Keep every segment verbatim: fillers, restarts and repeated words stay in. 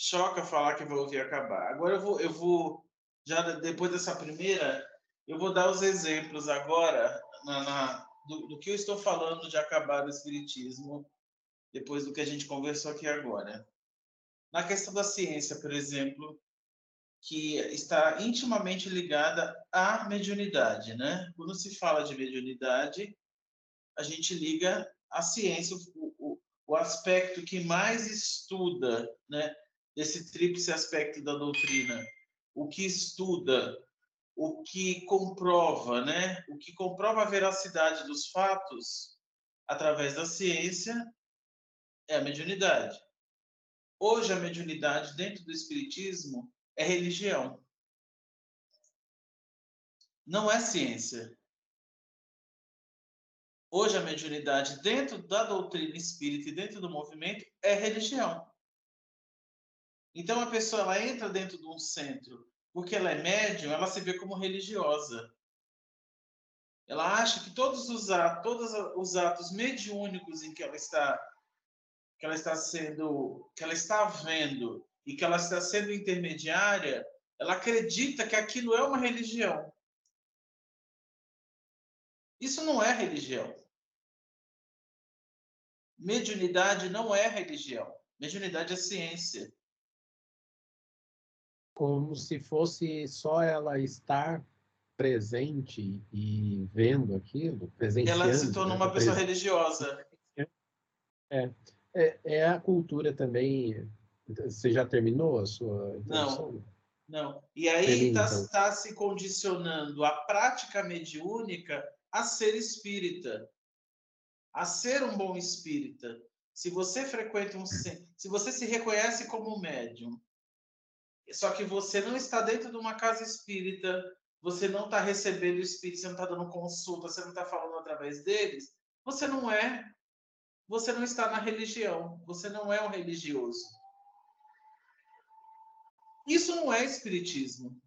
choca falar que vai ouvir acabar. Agora eu vou, eu vou já depois dessa primeira, eu vou dar os exemplos agora na, na, do, do que eu estou falando de acabar o espiritismo, depois do que a gente conversou aqui agora. Na questão da ciência, por exemplo, que está intimamente ligada à mediunidade, né? Quando se fala de mediunidade, a gente liga à ciência, o, o, o aspecto que mais estuda, né? Esse tríplice aspecto da doutrina, o que estuda, o que comprova, né? O que comprova a veracidade dos fatos através da ciência é a mediunidade. Hoje, a mediunidade dentro do espiritismo é religião. Não é ciência. Hoje, a mediunidade dentro da doutrina espírita e dentro do movimento é religião. Então, a pessoa ela entra dentro de um centro porque ela é médium, ela se vê como religiosa. Ela acha que todos os atos, todos os atos mediúnicos em que ela está, que ela está sendo, que ela está vendo e que ela está sendo intermediária, ela acredita que aquilo é uma religião. Isso não é religião. Mediunidade não é religião. Mediunidade é ciência. Como se fosse só ela estar presente e vendo aquilo, presenciando. Ela se torna né? uma pessoa religiosa. É, é, é a cultura também. Você já terminou a sua introdução? Não, não. E aí está então. tá se condicionando a prática mediúnica a ser espírita, a ser um bom espírita. Se você frequenta um se você se reconhece como médium, só que você não está dentro de uma casa espírita, você não está recebendo espírito, você não está dando consulta, você não está falando através deles, você não é, você não está na religião, você não é um religioso. Isso não é espiritismo.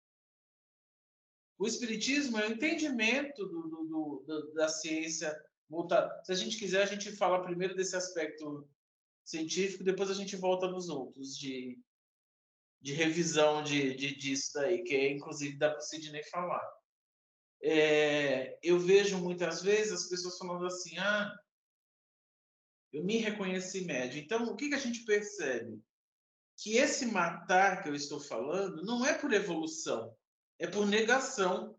O espiritismo é o entendimento do, do, do, da ciência voltada. Se a gente quiser, a gente fala primeiro desse aspecto científico, depois a gente volta nos outros, de, de revisão de, de, disso daí, que é, inclusive dá para o Sidney falar. É, eu vejo muitas vezes as pessoas falando assim, ah, eu me reconheci médio. Então, o que, que a gente percebe? Que esse matar que eu estou falando não é por evolução, é por negação.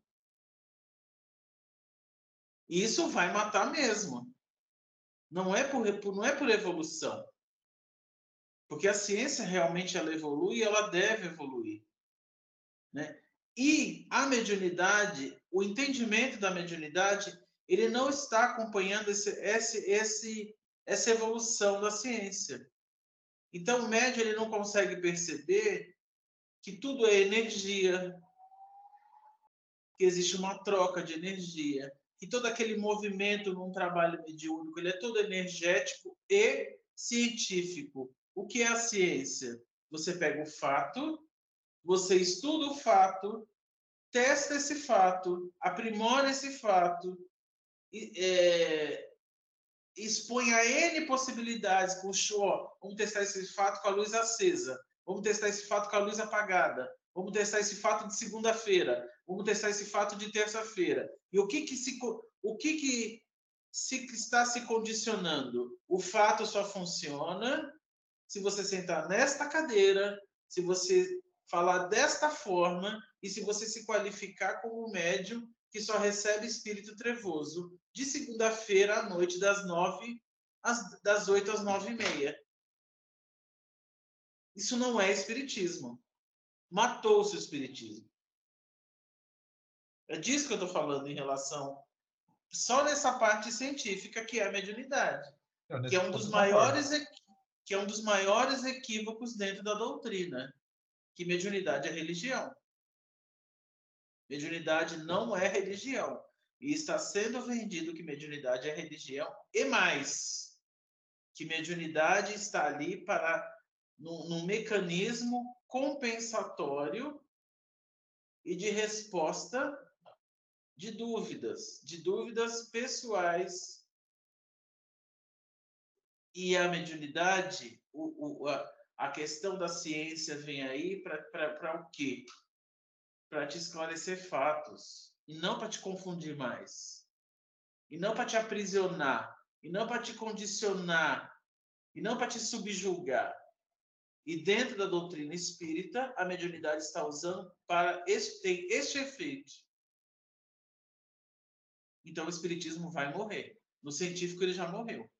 E isso vai matar mesmo. Não é por, não é por evolução. Porque a ciência realmente ela evolui e ela deve evoluir. Né? E a mediunidade, o entendimento da mediunidade, ele não está acompanhando esse, esse, esse, essa evolução da ciência. Então, o médium ele não consegue perceber que tudo é energia, que existe uma troca de energia, que todo aquele movimento num trabalho mediúnico ele é todo energético e científico. O que é a ciência? Você pega o fato, você estuda o fato, testa esse fato, aprimora esse fato, é, expõe a N possibilidades. Puxou, vamos testar esse fato com a luz acesa, vamos testar esse fato com a luz apagada, vamos testar esse fato de segunda-feira, vamos testar esse fato de terça-feira. E o que que se, o que que se está se condicionando? O fato só funciona se você sentar nesta cadeira, se você falar desta forma e se você se qualificar como médium que só recebe espírito trevoso de segunda-feira à noite das nove às, das oito às nove e meia. Isso não é espiritismo. Matou-se o espiritismo. É disso que eu estou falando em relação só nessa parte científica que é a mediunidade, que é um dos maiores que é um dos maiores equívocos dentro da doutrina, que mediunidade é religião. Mediunidade não é religião. E está sendo vendido que mediunidade é religião. E mais, que mediunidade está ali para num, num mecanismo compensatório e de resposta de dúvidas, de dúvidas pessoais. E a mediunidade, o, o, a, A questão da ciência vem aí para o quê? Para te esclarecer fatos, e não para te confundir mais, e não para te aprisionar, e não para te condicionar, e não para te subjugar. E dentro da doutrina espírita, a mediunidade está usando para este, tem este efeito. Então o espiritismo vai morrer. No científico ele já morreu.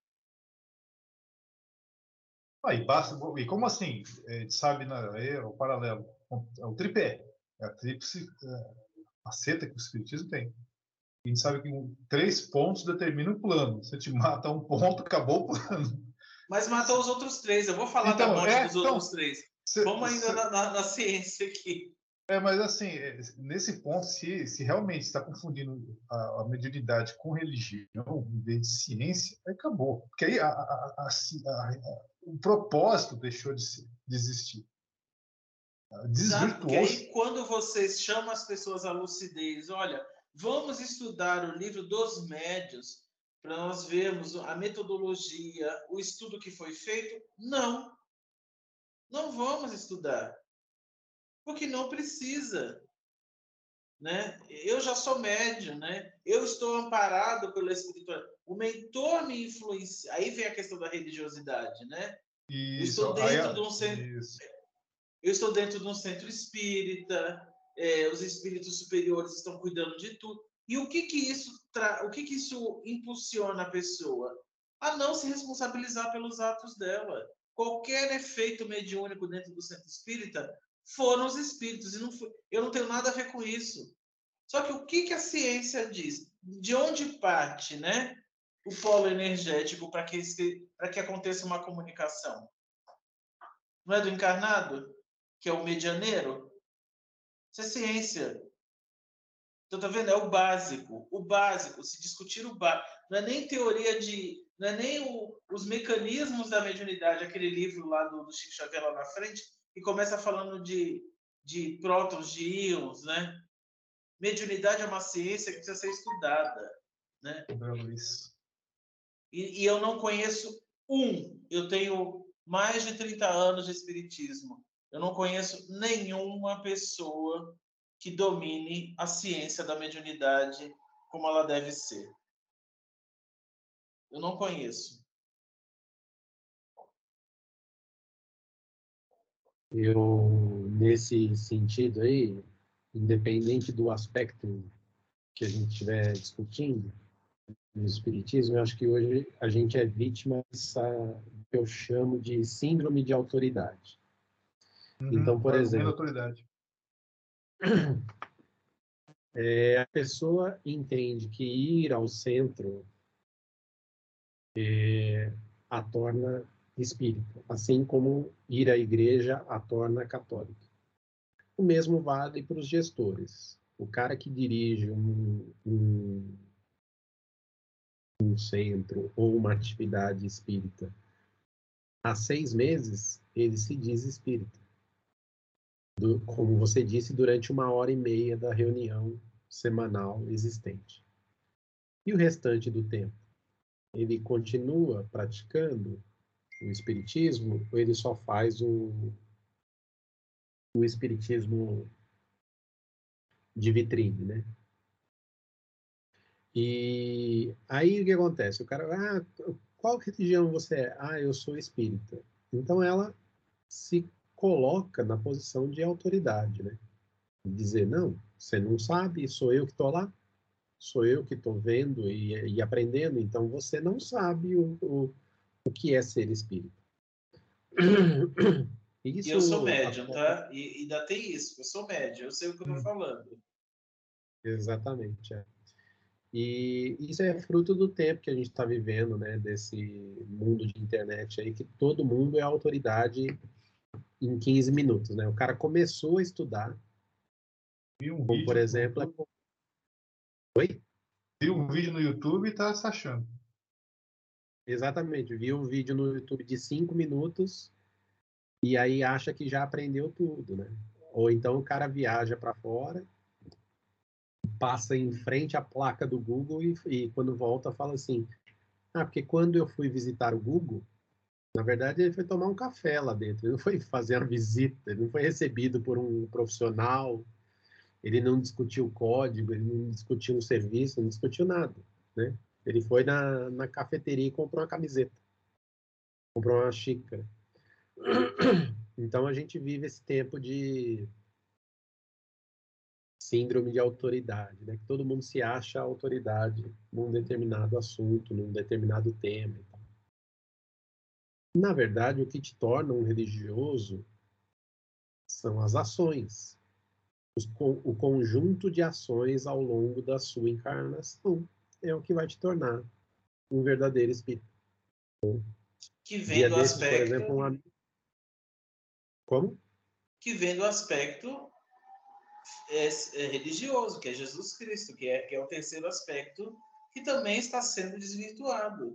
Ah, e, basta, e como assim? A gente sabe, né, é o paralelo, é o tripé, é a tríplice a seta que o espiritismo tem. A gente sabe que três pontos determinam o plano. Se a gente mata um ponto, acabou o plano. Mas matou os outros três. Eu vou falar então, da morte é, dos então, outros três. Cê, Vamos ainda cê... na, na, na ciência aqui. É, mas assim, nesse ponto, se, se realmente está confundindo a, a mediunidade com religião, em vez de ciência, aí acabou. Porque aí a, a, a, a, o propósito deixou de, ser, de existir. Desvirtuou. Porque aí, quando vocês chamam as pessoas à lucidez, olha, vamos estudar o livro dos médiuns para nós vermos a metodologia, o estudo que foi feito. Não. Não vamos estudar. Porque não precisa. Né? Eu já sou médium, né? Eu estou amparado pela espiritualidade. O mentor me influencia. Aí vem a questão da religiosidade, né? Isso. Eu estou dentro aí, de um centro. Isso. Eu estou dentro de um centro espírita. É, os espíritos superiores estão cuidando de tudo. E o que que isso tra... o que que isso impulsiona a pessoa a não se responsabilizar pelos atos dela? Qualquer efeito mediúnico dentro do centro espírita foram os espíritos, e não foi, eu não tenho nada a ver com isso. Só que o que, que a ciência diz? De onde parte, né, o polo energético para que, esse, para que aconteça uma comunicação? Não é do encarnado? Que é o medianeiro? Isso é ciência. Então, tá vendo? É o básico. O básico, se discutir o básico. Não é nem teoria de... Não é nem o, os mecanismos da mediunidade, aquele livro lá do, do Chico Xavier lá na frente, que começa falando de, de prótons, de íons, né? Mediunidade é uma ciência que precisa ser estudada, né? E, e eu não conheço um. Eu tenho mais de trinta anos de espiritismo. Eu não conheço nenhuma pessoa que domine a ciência da mediunidade como ela deve ser. Eu não conheço. Eu, nesse sentido aí, independente do aspecto que a gente estiver discutindo no espiritismo, eu acho que hoje a gente é vítima dessa que eu chamo de síndrome de autoridade. Uhum, então, por exemplo, autoridade. É, a pessoa entende que ir ao centro é, a torna espírita, assim como ir à igreja a torna católica. O mesmo vale para os gestores. O cara que dirige um, um, um centro ou uma atividade espírita há seis meses, ele se diz espírita. Do, como você disse, durante uma hora e meia da reunião semanal existente. E o restante do tempo? Ele continua praticando o espiritismo ou ele só faz o, o espiritismo de vitrine, né? E aí o que acontece? O cara, ah, qual religião você é? Ah, eu sou espírita. Então ela se coloca na posição de autoridade, né? Dizer, não, você não sabe, sou eu que estou lá, sou eu que estou vendo e, e aprendendo, então você não sabe o, o, o que é ser espírita. Isso, e eu sou médium, tá? E ainda tem isso, eu sou médium, eu sei o que eu estou falando. Exatamente, é. E isso é fruto do tempo que a gente está vivendo, né? Desse mundo de internet aí, que todo mundo é autoridade em quinze minutos, né? O cara começou a estudar, Vi um como vídeo por exemplo... no Oi? Viu um vídeo no YouTube e está se achando. Exatamente, viu um vídeo no YouTube de cinco minutos e aí acha que já aprendeu tudo, né? Ou então o cara viaja para fora, passa em frente à placa do Google e, e quando volta fala assim, ah, porque quando eu fui visitar o Google, Na verdade, ele foi tomar um café lá dentro, ele não foi fazer uma visita, ele não foi recebido por um profissional, ele não discutiu o código, ele não discutiu o serviço, não discutiu nada, né? Ele foi na, na cafeteria e comprou uma camiseta, comprou uma xícara. Então, a gente vive esse tempo de síndrome de autoridade, né? Que todo mundo se acha autoridade num determinado assunto, num determinado tema. Na verdade, o que te torna um religioso são as ações, os, o conjunto de ações ao longo da sua encarnação é o que vai te tornar um verdadeiro espírito. Que vem Dia do desses, por aspecto, exemplo, um amigo... Como? que vem do aspecto é, é, religioso, que é Jesus Cristo, que é, que é o terceiro aspecto, que também está sendo desvirtuado.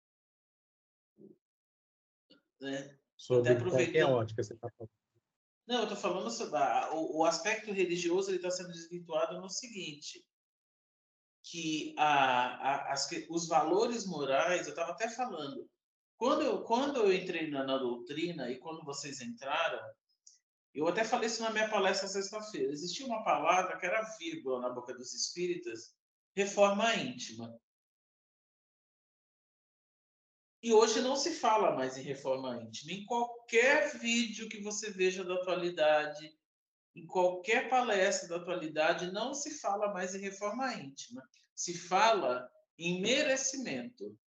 Né? Até Sobre qualquer aproveitando. ótica você está falando. Não, eu estou falando sobre a, o, o aspecto religioso, ele está sendo desvirtuado no seguinte, que a, a, as, os valores morais, eu estava até falando, quando eu, quando eu entrei na, na doutrina e quando vocês entraram, eu até falei isso na minha palestra sexta-feira, existia uma palavra que era vírgula na boca dos espíritas, reforma íntima. E hoje não se fala mais em reforma íntima. Em qualquer vídeo que você veja da atualidade, em qualquer palestra da atualidade, não se fala mais em reforma íntima. Se fala em merecimento.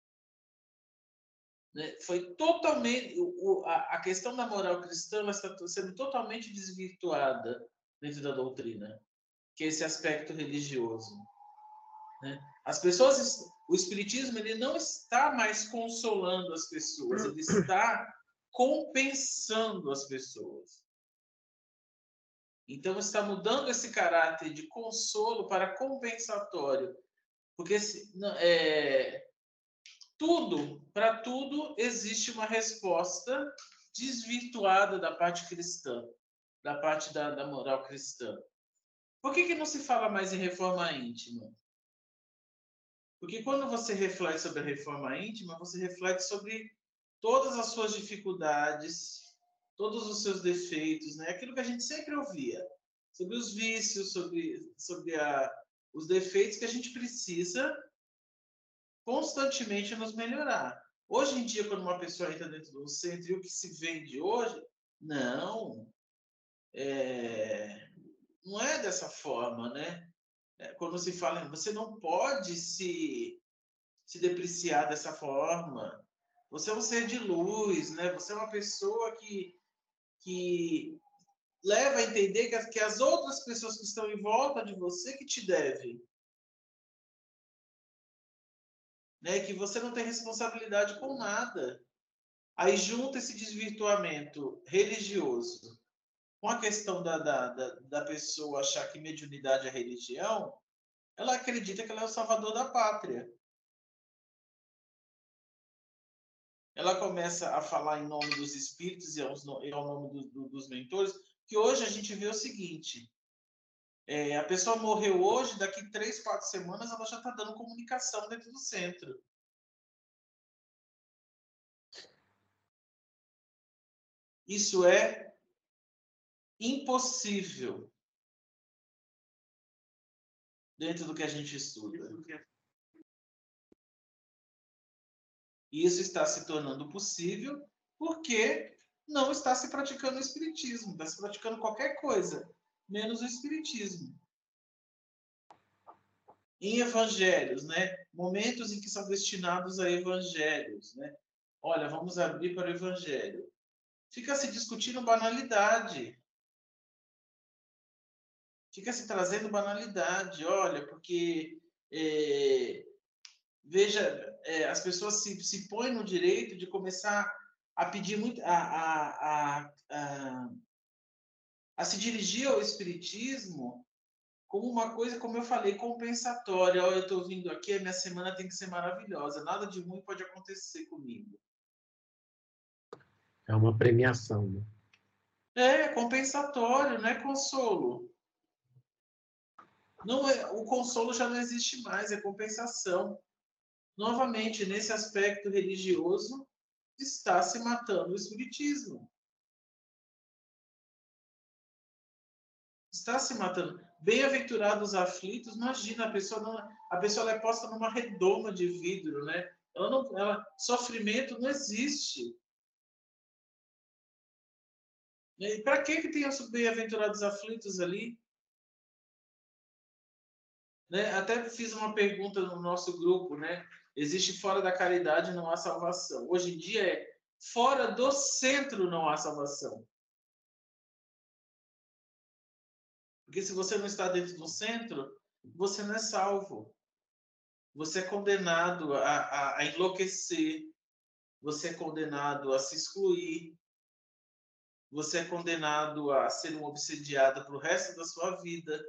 Né? Foi totalmente... O, a, a questão da moral cristã ela está sendo totalmente desvirtuada dentro da doutrina, que é esse aspecto religioso. Né? As pessoas... O espiritismo ele não está mais consolando as pessoas, ele está compensando as pessoas. Então, está mudando esse caráter de consolo para compensatório. Porque se, é, tudo, para tudo, existe uma resposta desvirtuada da parte cristã, da parte da, da moral cristã. Por que, que não se fala mais em reforma íntima? Porque quando você reflete sobre a reforma íntima, você reflete sobre todas as suas dificuldades, todos os seus defeitos, né? Aquilo que a gente sempre ouvia, sobre os vícios, sobre, sobre a, os defeitos que a gente precisa constantemente nos melhorar. Hoje em dia, quando uma pessoa entra dentro do centro e o que se vende hoje, não, é, não é dessa forma, né? É, quando se fala, você não pode se, se depreciar dessa forma. Você é um ser de luz, né? Você é uma pessoa que, que leva a entender que as, que as outras pessoas que estão em volta de você que te devem. Né? Que você não tem responsabilidade com nada. Aí junta esse desvirtuamento religioso com a questão da, da, da, da pessoa achar que mediunidade é religião, ela acredita que ela é o salvador da pátria. Ela começa a falar em nome dos espíritos e ao nome do, do, dos mentores, que hoje a gente vê o seguinte, é, a pessoa morreu hoje, daqui três, quatro semanas ela já está dando comunicação dentro do centro. Isso é impossível dentro do que a gente estuda. E isso está se tornando possível porque não está se praticando o espiritismo, está se praticando qualquer coisa, menos o espiritismo. Em evangelhos, né? Momentos em que são destinados a evangelhos, né? Olha, vamos abrir para o evangelho. Fica se discutindo banalidade. Fica se trazendo banalidade. Olha, porque é, veja, é, as pessoas se, se põem no direito de começar a pedir muito, a, a, a, a, a se dirigir ao espiritismo como uma coisa, como eu falei, compensatória. Olha, eu estou vindo aqui, a minha semana tem que ser maravilhosa. Nada de ruim pode acontecer comigo. É uma premiação, né? É compensatório, não é consolo. Não é, o consolo já não existe mais, é compensação. Novamente, nesse aspecto religioso, está se matando o espiritismo. Está se matando. Bem-aventurados aflitos, imagina, a pessoa, não, a pessoa ela é posta numa redoma de vidro, né? Ela não, ela, sofrimento não existe. E para que que tem os bem-aventurados aflitos ali? Né? Até fiz uma pergunta no nosso grupo, né? Existe fora da caridade não há salvação. Hoje em dia é fora do centro não há salvação. Porque se você não está dentro do centro, você não é salvo. Você é condenado a, a, a enlouquecer. Você é condenado a se excluir. Você é condenado a ser um obsediado para o resto da sua vida.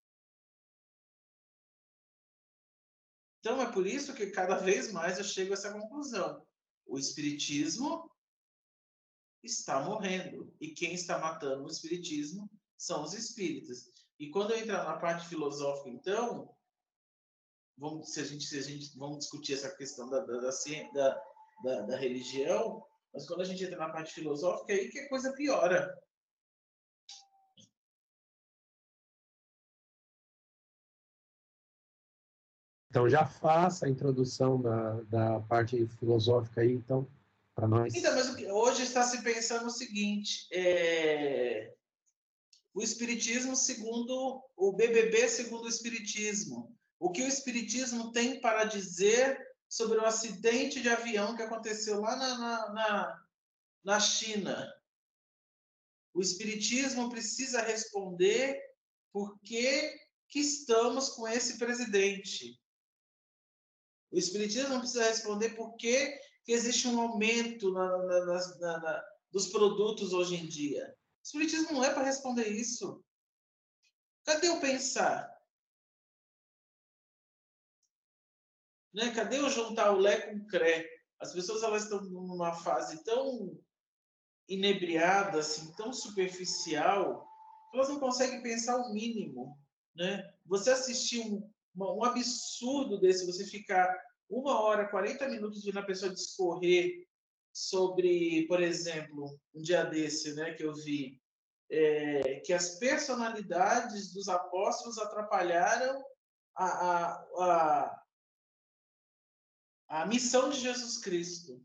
Então, é por isso que cada vez mais eu chego a essa conclusão. O espiritismo está morrendo. E quem está matando o espiritismo são os espíritas. E quando eu entrar na parte filosófica, então, vamos, se a gente, se a gente, vamos discutir essa questão da, da, da, da, da religião, mas quando a gente entra na parte filosófica, é aí que a coisa piora. Então já faça a introdução da, da parte filosófica aí, então, para nós. Então, mas hoje está se pensando o seguinte, é... o espiritismo segundo o B B B segundo o espiritismo. O que o espiritismo tem para dizer sobre o acidente de avião que aconteceu lá na, na, na, na China? O espiritismo precisa responder por que, que estamos com esse presidente. O espiritismo precisa responder por que, que existe um aumento na, na, na, na, dos produtos hoje em dia. O espiritismo não é para responder isso. Cadê o pensar? Né? Cadê o juntar o Lé com o Cré? As pessoas elas estão numa fase tão inebriada, assim, tão superficial, que elas não conseguem pensar o mínimo. Né? Você assistir um, um absurdo desse, você ficar uma hora, quarenta minutos vendo a pessoa discorrer sobre, por exemplo, um dia desse, né, que eu vi, é, que as personalidades dos apóstolos atrapalharam a, a, a, a missão de Jesus Cristo.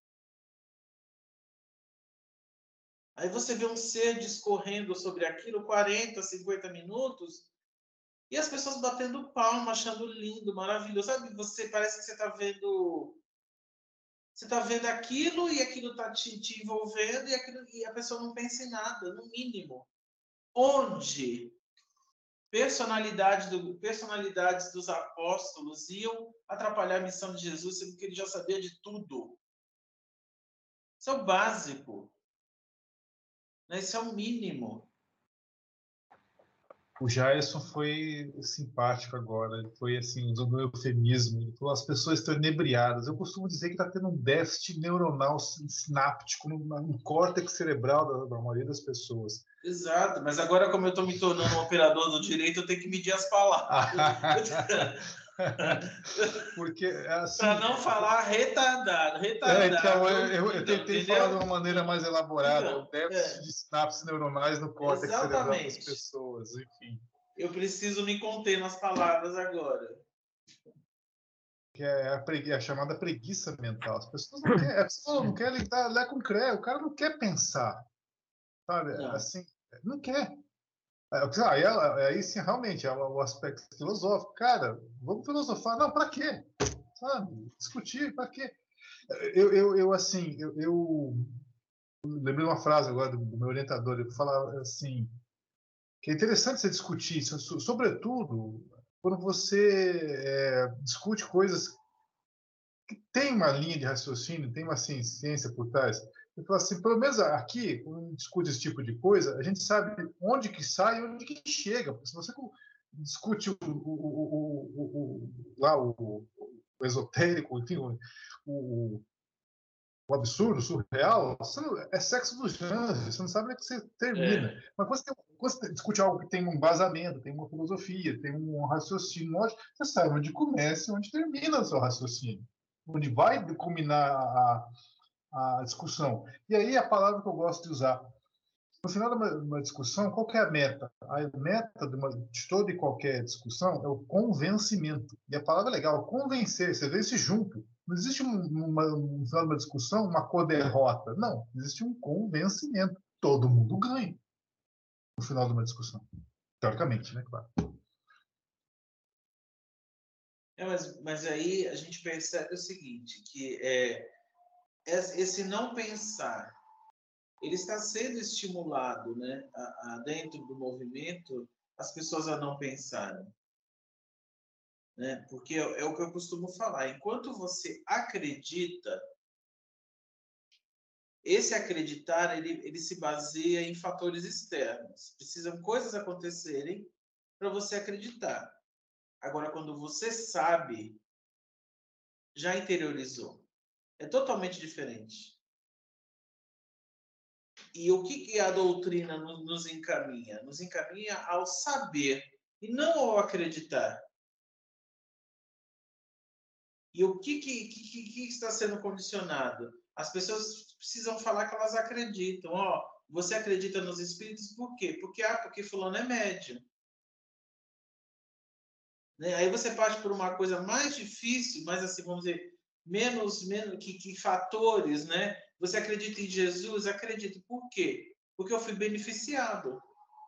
Aí você vê um ser discorrendo sobre aquilo quarenta, cinquenta minutos e as pessoas batendo palma, achando lindo, maravilhoso. Sabe, você parece que você está vendo... Você está vendo aquilo e aquilo está te, te envolvendo e, aquilo, e a pessoa não pensa em nada, no mínimo. Onde personalidade do, personalidades dos apóstolos iam atrapalhar a missão de Jesus, sendo que ele já sabia de tudo. Isso é o básico. Né? Isso é o mínimo. O Jairson foi simpático agora, ele foi assim, usando o eufemismo, ele falou, as pessoas estão inebriadas. Eu costumo dizer que está tendo um déficit neuronal sináptico no, no córtex cerebral da, da maioria das pessoas. Exato, mas agora como eu estou me tornando um operador do direito, eu tenho que medir as palavras. Porque, assim... Para não falar retardado, retardado. É, então, eu, eu, eu tentei entendeu? falar de uma maneira mais elaborada, Então, o déficit é. de sinapses neuronais no córtex Exatamente. cerebral das pessoas, enfim. Eu preciso me conter nas palavras agora. Que é a, pregui, a chamada preguiça mental. As pessoas não querem, as pessoas não querem lidar, lidar com cré, o cara não quer pensar. Sabe? Não. Assim, não quer. Aí, aí sim, realmente, é o aspecto filosófico. Cara, vamos filosofar. Não, para quê? Sabe? Discutir, para quê? Eu, eu, eu assim, eu, eu lembrei uma frase agora do, do meu orientador, ele fala assim, que é interessante você discutir, sobretudo quando você é, discute coisas que tem uma linha de raciocínio, tem uma ciência por trás. Ele fala assim, pelo menos aqui, quando discute esse tipo de coisa, a gente sabe onde que sai e onde que chega, porque se você discute o, o, o, o, o lá o, o esotérico, enfim, o, o o absurdo, o surreal, é sexo dos anjos, você não sabe onde é que você termina. É. Mas quando você, tem, quando você discute algo que tem um embasamento, tem uma filosofia, tem um raciocínio, você sabe onde começa e onde termina o seu raciocínio. Onde vai culminar a, a discussão. E aí a palavra que eu gosto de usar. No final de uma, uma discussão, qual que é a meta? A meta de, uma, de toda e qualquer discussão é o convencimento. E a palavra é legal, convencer, você vê esse junto. Não existe um, uma, no final de uma discussão uma co-derrota. Não, existe um convencimento. Todo mundo ganha no final de uma discussão. Teoricamente, né? Claro. É, mas, mas aí a gente percebe o seguinte, que é, esse não pensar, ele está sendo estimulado, né, a, a, dentro do movimento, as pessoas a não pensarem. Né? Porque é, é o que eu costumo falar, enquanto você acredita, esse acreditar, ele, ele se baseia em fatores externos. Precisam coisas acontecerem para você acreditar. Agora, quando você sabe, já interiorizou. É totalmente diferente. E o que, que a doutrina nos encaminha? Nos encaminha ao saber e não ao acreditar. E o que, que, que, que está sendo condicionado? As pessoas precisam falar que elas acreditam. Ó, oh, você acredita nos espíritos por quê? Porque, ah, porque fulano é médium. Né? Aí você parte por uma coisa mais difícil, mais assim, vamos dizer, menos, menos que, que fatores, né? Você acredita em Jesus? Acredito. Por quê? Porque eu fui beneficiado.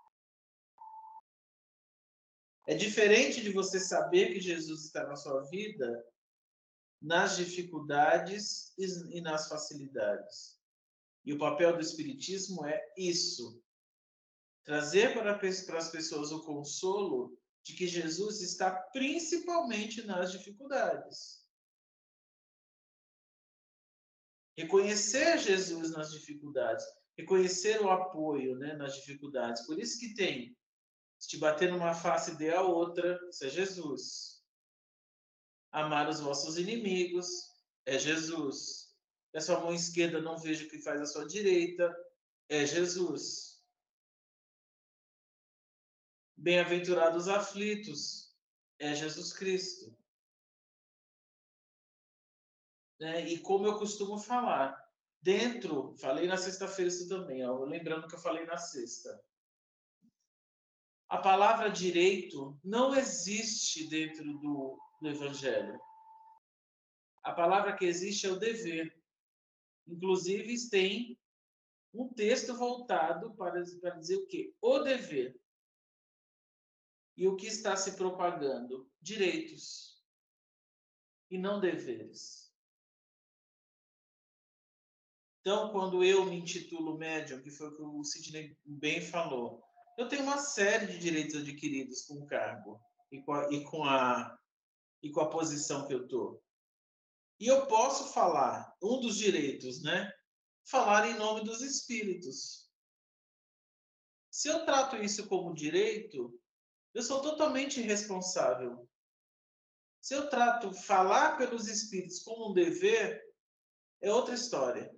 É diferente de você saber que Jesus está na sua vida nas dificuldades e nas facilidades. E o papel do Espiritismo é isso. Trazer para, para as pessoas o consolo de que Jesus está principalmente nas dificuldades. Reconhecer Jesus nas dificuldades, reconhecer o apoio, né, nas dificuldades. Por isso que tem, se te bater numa face, dê a outra, isso é Jesus. Amar os vossos inimigos, é Jesus. A sua mão esquerda não veja o que faz a sua direita, é Jesus. Bem-aventurados os aflitos, é Jesus Cristo. Né? E como eu costumo falar, dentro, falei na sexta-feira isso também, ó, lembrando que eu falei na sexta. A palavra direito não existe dentro do, do Evangelho. A palavra que existe é o dever. Inclusive, tem um texto voltado para, para dizer o quê? O dever. E o que está se propagando? Direitos. E não deveres. Então, quando eu me intitulo médium, que foi o que o Sidney bem falou, eu tenho uma série de direitos adquiridos com o cargo e com a, e com a, e com a posição que eu estou. E eu posso falar, um dos direitos, né? Falar em nome dos espíritos. Se eu trato isso como direito, eu sou totalmente irresponsável. Se eu trato falar pelos espíritos como um dever, é outra história.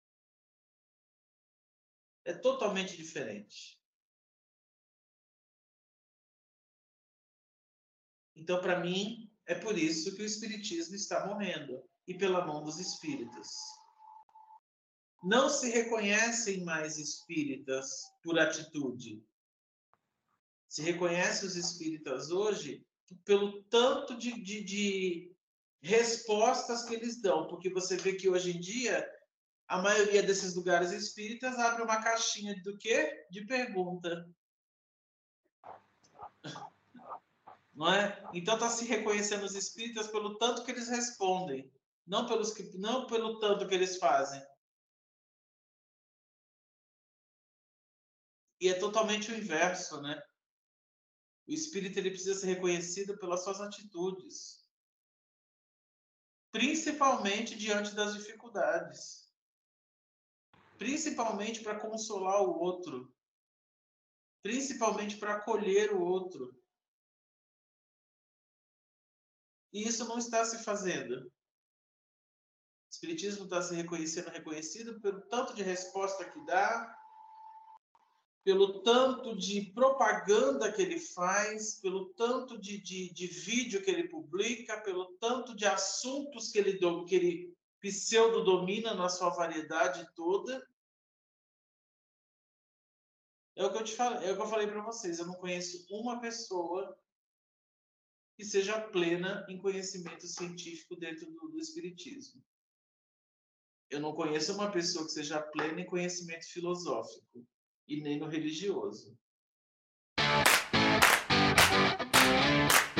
É totalmente diferente. Então, para mim, é por isso que o espiritismo está morrendo, e pela mão dos espíritas. Não se reconhecem mais espíritas por atitude. Se reconhece os espíritas hoje pelo tanto de, de, de respostas que eles dão, porque você vê que hoje em dia a maioria desses lugares espíritas abre uma caixinha do quê? De pergunta. Não é? Então está se reconhecendo os espíritas pelo tanto que eles respondem, não, pelos que, não pelo tanto que eles fazem. E é totalmente o inverso, né? O espírito ele precisa ser reconhecido pelas suas atitudes, principalmente diante das dificuldades, principalmente para consolar o outro, principalmente para acolher o outro. E isso não está se fazendo. O espiritismo está se reconhecendo, reconhecido pelo tanto de resposta que dá, pelo tanto de propaganda que ele faz, pelo tanto de, de, de vídeo que ele publica, pelo tanto de assuntos que ele, que ele pseudo domina na sua variedade toda. É o que eu te falei, é o que eu falei para vocês. Eu não conheço uma pessoa que seja plena em conhecimento científico dentro do, do espiritismo. Eu não conheço uma pessoa que seja plena em conhecimento filosófico e nem no religioso.